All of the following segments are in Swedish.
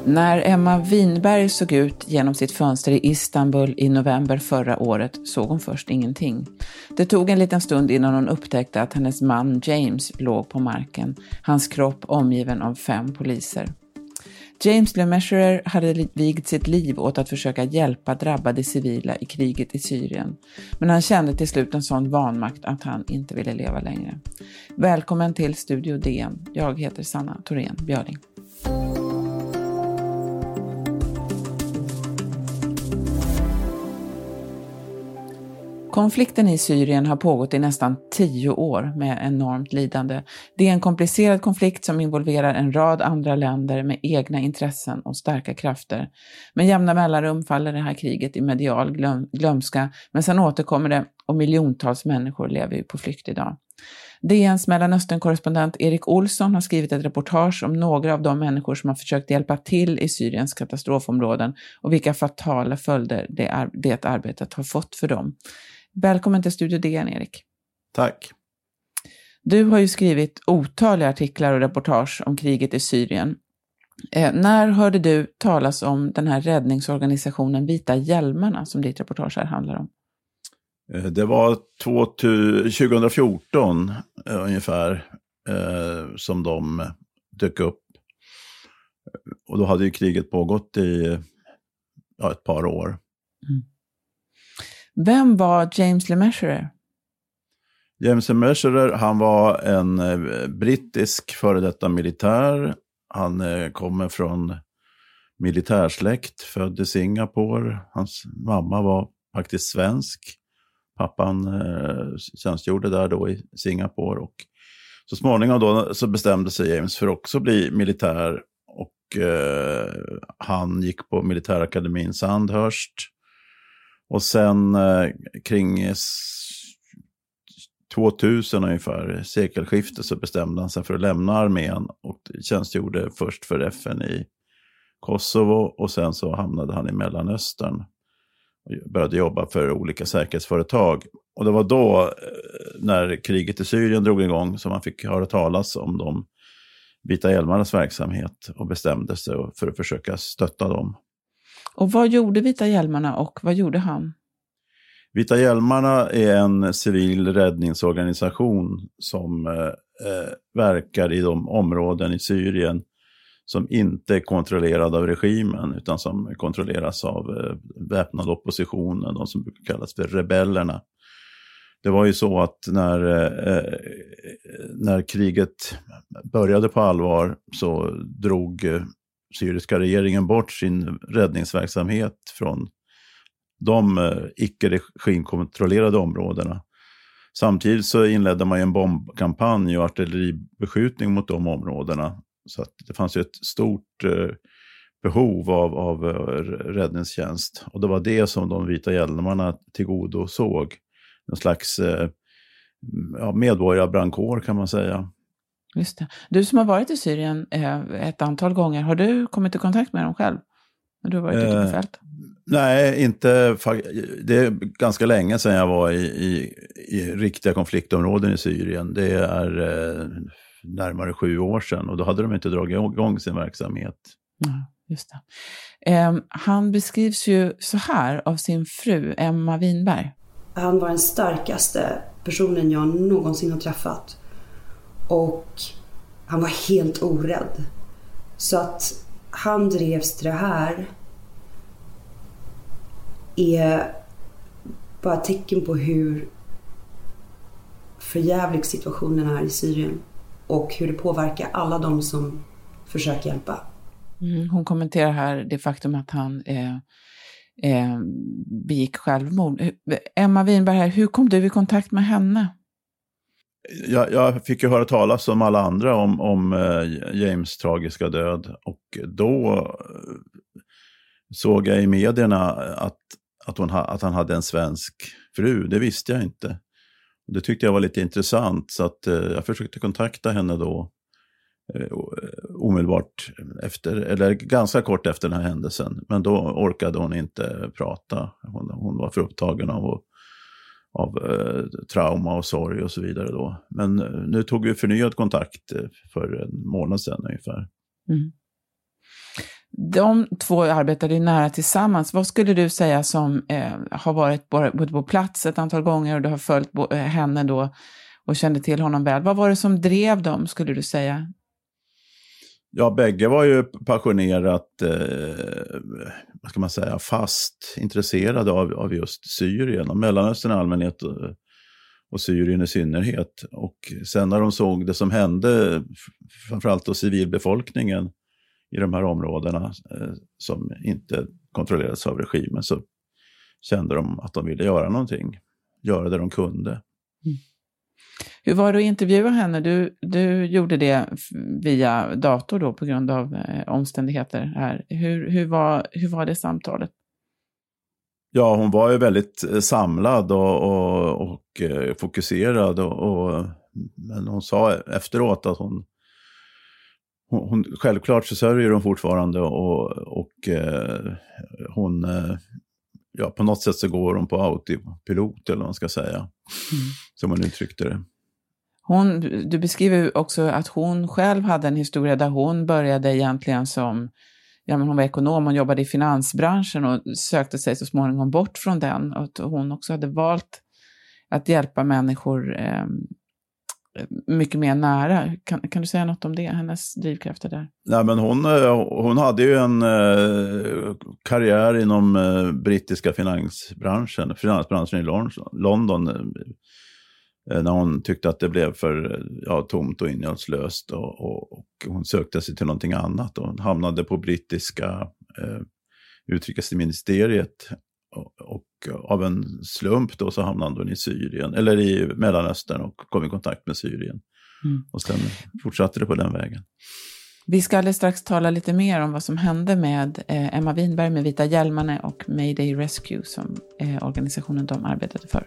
När Emma Winberg såg ut genom sitt fönster i Istanbul i november förra året såg hon först ingenting. Det tog en liten stund innan hon upptäckte att hennes man James låg på marken, hans kropp omgiven av 5 poliser. James LeMessurier hade vigt sitt liv åt att försöka hjälpa drabbade civila i kriget i Syrien. Men han kände till slut en sån vanmakt att han inte ville leva längre. Välkommen till Studio DN. Jag heter Sanna Thorén Björling. Konflikten i Syrien har pågått i nästan 10 år med enormt lidande. Det är en komplicerad konflikt som involverar en rad andra länder med egna intressen och starka krafter. Med jämna mellanrum faller det här kriget i medial glömska, men sen återkommer det och miljontals människor lever ju på flykt idag. DNs Mellanöstern-korrespondent Erik Olsson har skrivit ett reportage om några av de människor som har försökt hjälpa till i Syriens katastrofområden och vilka fatala följder det arbetet har fått för dem. Välkommen till Studio DN, Erik. Tack. Du har ju skrivit otaliga artiklar och reportage om kriget i Syrien. När hörde du talas om den här räddningsorganisationen Vita hjälmarna som ditt reportage här handlar om? Det var 2014 ungefär som de dök upp. Och då hade ju kriget pågått i ett par år. Mm. Vem var James LeMessurier? James LeMessurier, han var en brittisk före detta militär. Han kommer från militärsläkt, född i Singapore. Hans mamma var faktiskt svensk. Pappan tjänstgjorde där då i Singapore. Och så småningom då så bestämde sig James för också bli militär. Och han gick på militärakademin Sandhurst. Och sen kring 2000 ungefär, sekelskiftet, så bestämde han sig för att lämna armén och tjänstgjorde först för FN i Kosovo och sen så hamnade han i Mellanöstern och började jobba för olika säkerhetsföretag. Och det var då, när kriget i Syrien drog igång, som man fick höra talas om de Vita hjälmarnas verksamhet och bestämde sig för att försöka stötta dem. Och vad gjorde Vita hjälmarna och vad gjorde han? Vita hjälmarna är en civil räddningsorganisation som verkar i de områden i Syrien som inte är kontrollerade av regimen utan som kontrolleras av väpnad oppositionen, de som brukar kallas för rebellerna. Det var ju så att när kriget började på allvar så drog syriska regeringen bort sin räddningsverksamhet från de icke-regimkontrollerade områdena. Samtidigt så inledde man en bombkampanj och artilleribeskjutning mot de områdena. Så att det fanns ju ett stort behov av räddningstjänst. Och det var det som de Vita hjälmarna tillgodosåg. En slags medborgarbrandkår kan man säga. Just det. Du som har varit i Syrien ett antal gånger, har du kommit i kontakt med dem själv? När du har varit ute på fält? Nej, inte. Det är ganska länge sedan jag var i riktiga konfliktområden i Syrien. Det är närmare 7 år sedan och då hade de inte dragit igång sin verksamhet. Ja, just det. Han beskrivs ju så här av sin fru Emma Winberg. Han var den starkaste personen jag någonsin har träffat. Och han var helt orädd. Så att han drevs till det här är bara ett tecken på hur förjävlig situationen är i Syrien. Och hur det påverkar alla de som försöker hjälpa. Hon kommenterar här det faktum att han begick självmord. Emma Winberg här, hur kom du i kontakt med henne? Jag fick ju höra talas om alla andra om James tragiska död. Och då såg jag i medierna att han hade en svensk fru. Det visste jag inte. Det tyckte jag var lite intressant, så att jag försökte kontakta henne då omedelbart efter, eller ganska kort efter den här händelsen. Men då orkade hon inte prata. Hon var för upptagen av trauma och sorg och så vidare då. Men nu tog vi förnyad kontakt för en månad sedan ungefär. De två arbetade ju nära tillsammans. Vad skulle du säga som har varit både på plats ett antal gånger och du har följt henne då och kände till honom väl? Vad var det som drev dem, skulle du säga? Ja, bägge var ju passionerat, vad ska man säga, fast intresserade av just Syrien och Mellanöstern i allmänhet och Syrien i synnerhet. Och sen när de såg det som hände, framförallt då civilbefolkningen i de här områdena som inte kontrollerades av regimen, så kände de att de ville göra någonting, göra det de kunde. Mm. Hur var det att intervjua henne? Du gjorde det via dator då på grund av omständigheter här. Hur var det samtalet? Ja, hon var ju väldigt samlad och fokuserad. Men hon sa efteråt att hon självklart så sörjer hon fortfarande och hon... Ja, på något sätt så går hon på autopilot eller vad man ska säga. Som hon uttryckte det. Du beskriver också att hon själv hade en historia där hon började egentligen som... Ja, men hon var ekonom, hon jobbade i finansbranschen och sökte sig så småningom bort från den. Och hon också hade valt att hjälpa människor mycket mer nära. Kan du säga något om det, hennes drivkrafter där? Nej, men hon hade ju en karriär inom brittiska finansbranschen i London när hon tyckte att det blev för tomt och innehållslöst och hon sökte sig till någonting annat och hamnade på brittiska utrikesministeriet och av en slump då så hamnade hon i Syrien eller i Mellanöstern och kom i kontakt med Syrien. Och sen fortsatte det på den vägen. Vi ska alldeles strax tala lite mer om vad som hände med Emma Winberg med Vita hjälmarna och Mayday Rescue som organisationen de arbetade för.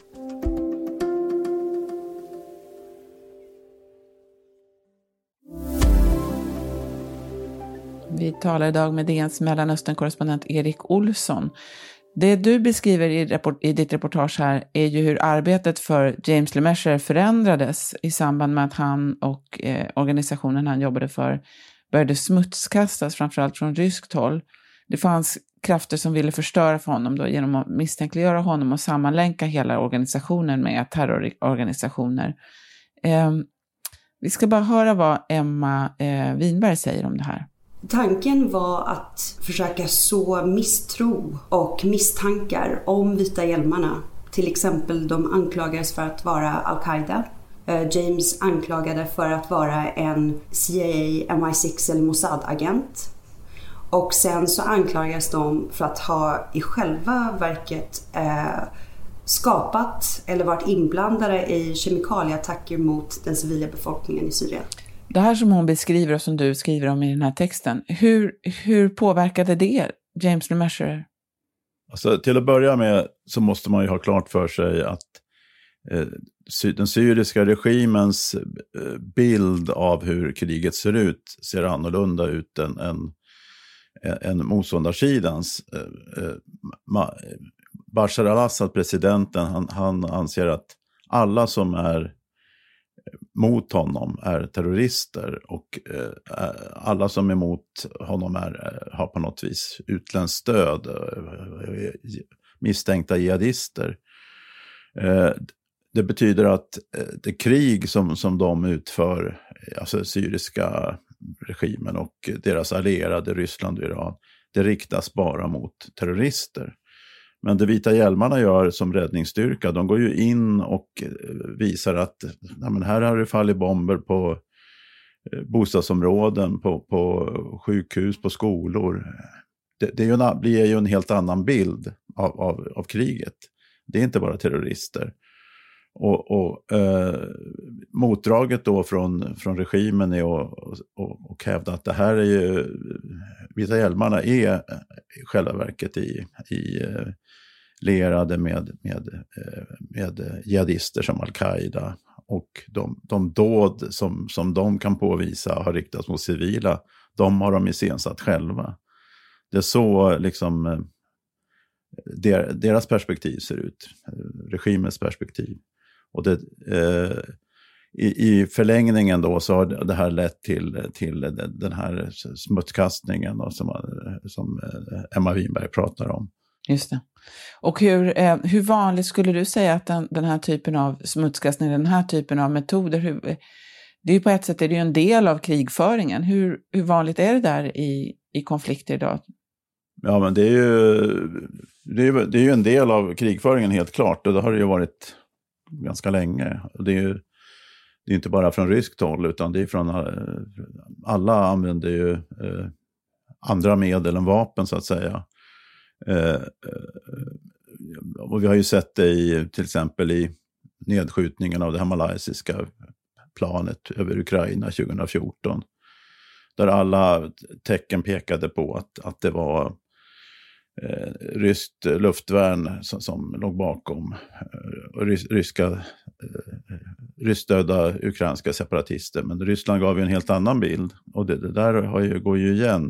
Vi talar idag med DNs Mellanöstern-korrespondent Erik Olsson. Det du beskriver i ditt reportage här är ju hur arbetet för James LeMessurier förändrades i samband med att han och organisationen han jobbade för började smutskastas, framförallt från ryskt håll. Det fanns krafter som ville förstöra för honom då, genom att misstänkliggöra honom och sammanlänka hela organisationen med terrororganisationer. Vi ska bara höra vad Emma Winberg säger om det här. Tanken var att försöka så misstro och misstankar om Vita hjälmarna. Till exempel de anklagades för att vara Al-Qaida. James anklagade för att vara en CIA, MI6 eller Mossad-agent. Och sen så anklagades de för att ha i själva verket skapat eller varit inblandade i kemikalieattacker mot den civila befolkningen i Syrien. Det här som hon beskriver och som du skriver om i den här texten, hur påverkade det James LeMessurier? Alltså, till att börja med så måste man ju ha klart för sig att den syriska regimens bild av hur kriget ser annorlunda ut än motståndarsidans. Bashar al-Assad, presidenten, han anser att alla som är mot honom är terrorister och alla som är emot honom har på något vis utländskt stöd, misstänkta jihadister. Det betyder att det krig som de utför, alltså syriska regimen och deras allierade Ryssland och Iran, det riktas bara mot terrorister. Men det Vita hjälmarna gör som räddningsstyrka, de går ju in och visar att här har det fallit bomber på bostadsområden, på sjukhus, på skolor. Det blir ju en helt annan bild av kriget. Det är inte bara terrorister. Och motdraget då från regimen är att hävda att det här är ju, Vita hjälmarna är i själva verket i lierade med jihadister som Al-Qaida, och de dåd som de kan påvisa har riktats mot civila, de har de iscensatt själva. Det är så liksom deras perspektiv ser ut, regimens perspektiv. Och i förlängningen då så har det här lett till den här smutskastningen då, som Emma Winberg pratar om. Just det. Och hur vanligt skulle du säga att den här typen av smutskastning, den här typen av metoder, det är ju på ett sätt är det ju en del av krigföringen. Hur vanligt är det där i konflikter idag? Ja, men det är ju en del av krigföringen helt klart, och det har det ju varit ganska länge. Det är inte bara från ryskt håll, utan det är från alla använder ju andra medel än vapen så att säga. Och vi har ju sett det till exempel i nedskjutningen av det här malaysiska planet över Ukraina 2014. Där alla tecken pekade på att det var ryskt luftvärn som låg bakom. Ryskstödda ukrainska separatister. Men Ryssland gav ju en helt annan bild. Och det där går ju igen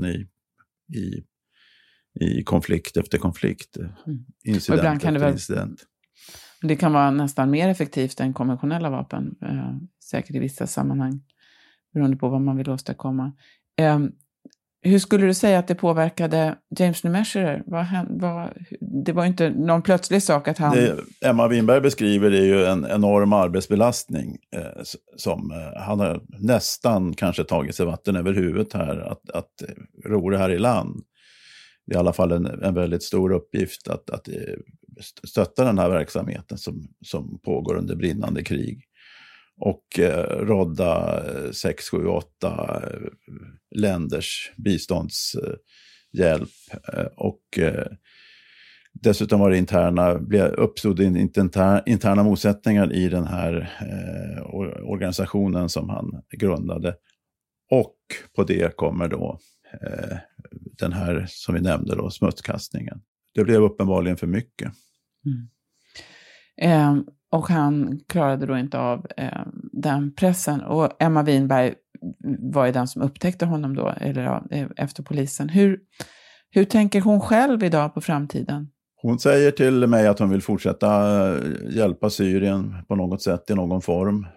i konflikt efter konflikt. Incident efter incident. Det kan vara nästan mer effektivt än konventionella vapen. Säkert i vissa sammanhang. Beroende på vad man vill åstadkomma. Hur skulle du säga att det påverkade James New Measurer? Det var inte någon plötslig sak att han... Emma Winberg beskriver det ju en enorm arbetsbelastning som han har nästan kanske tagit sig vatten över huvudet här att ro det här i land. Det är i alla fall en väldigt stor uppgift att stötta den här verksamheten som pågår under brinnande krig. Och rådda 6, 7, 8 länders biståndshjälp. Och dessutom var det uppstod interna motsättningar i den här organisationen som han grundade. Och på det kommer då den här som vi nämnde då, smutskastningen. Det blev uppenbarligen för mycket. Och han klarade då inte av den pressen. Och Emma Winberg var ju den som upptäckte honom då, efter polisen. Hur tänker hon själv idag på framtiden? Hon säger till mig att hon vill fortsätta hjälpa Syrien på något sätt, i någon form.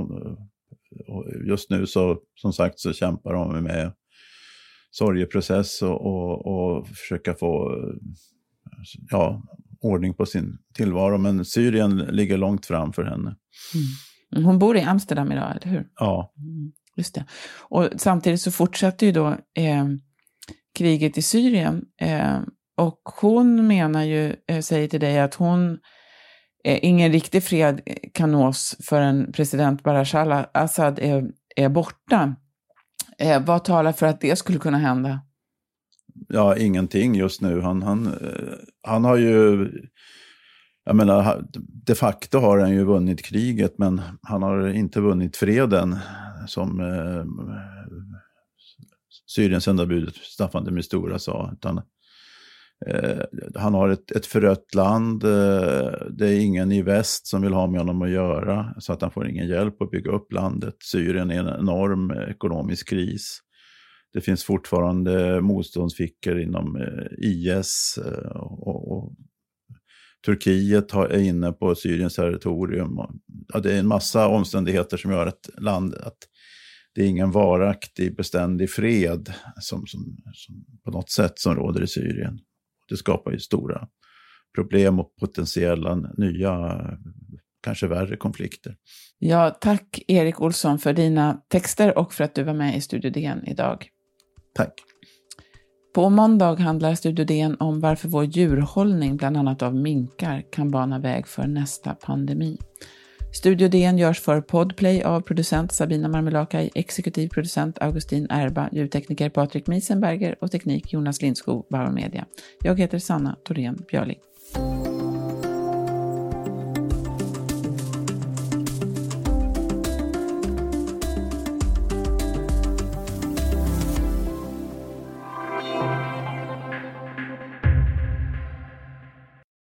Just nu så, som sagt, så kämpar hon med sorgeprocess och försöka få ordning på sin tillvaro. Men Syrien ligger långt fram för henne. Hon bor i Amsterdam idag, eller hur? Ja. Just det. Och samtidigt så fortsätter ju då kriget i Syrien. Och hon menar ju, säger till dig, att ingen riktig fred kan nås förrän president Bashar al-Assad är borta. Vad talar för att det skulle kunna hända? Ja, ingenting just nu. Han har ju, jag menar, de facto har han ju vunnit kriget, men han har inte vunnit freden som Syriens sändebud Staffan de Mistura sa, utan han har ett förött land. Det är ingen i väst som vill ha med honom att göra, så att han får ingen hjälp att bygga upp landet. Syrien är en enorm ekonomisk kris. Det finns fortfarande motståndsfickor inom IS och Turkiet är inne på Syriens territorium. Det är en massa omständigheter som gör att det är ingen varaktig, beständig fred som på något sätt som råder i Syrien. Det skapar ju stora problem och potentiella nya, kanske värre konflikter. Ja, tack Erik Olsson för dina texter och för att du var med i Studio DN idag. Tack. På måndag handlar Studio DN om varför vår djurhållning, bland annat av minkar, kan bana väg för nästa pandemi. Studio DN görs för Podplay av producent Sabina Marmelakai, exekutiv producent Augustin Erba, ljudtekniker Patrik Miesenberger och teknik Jonas Lindskog, Bauer Media. Jag heter Sanna Thorén Björling.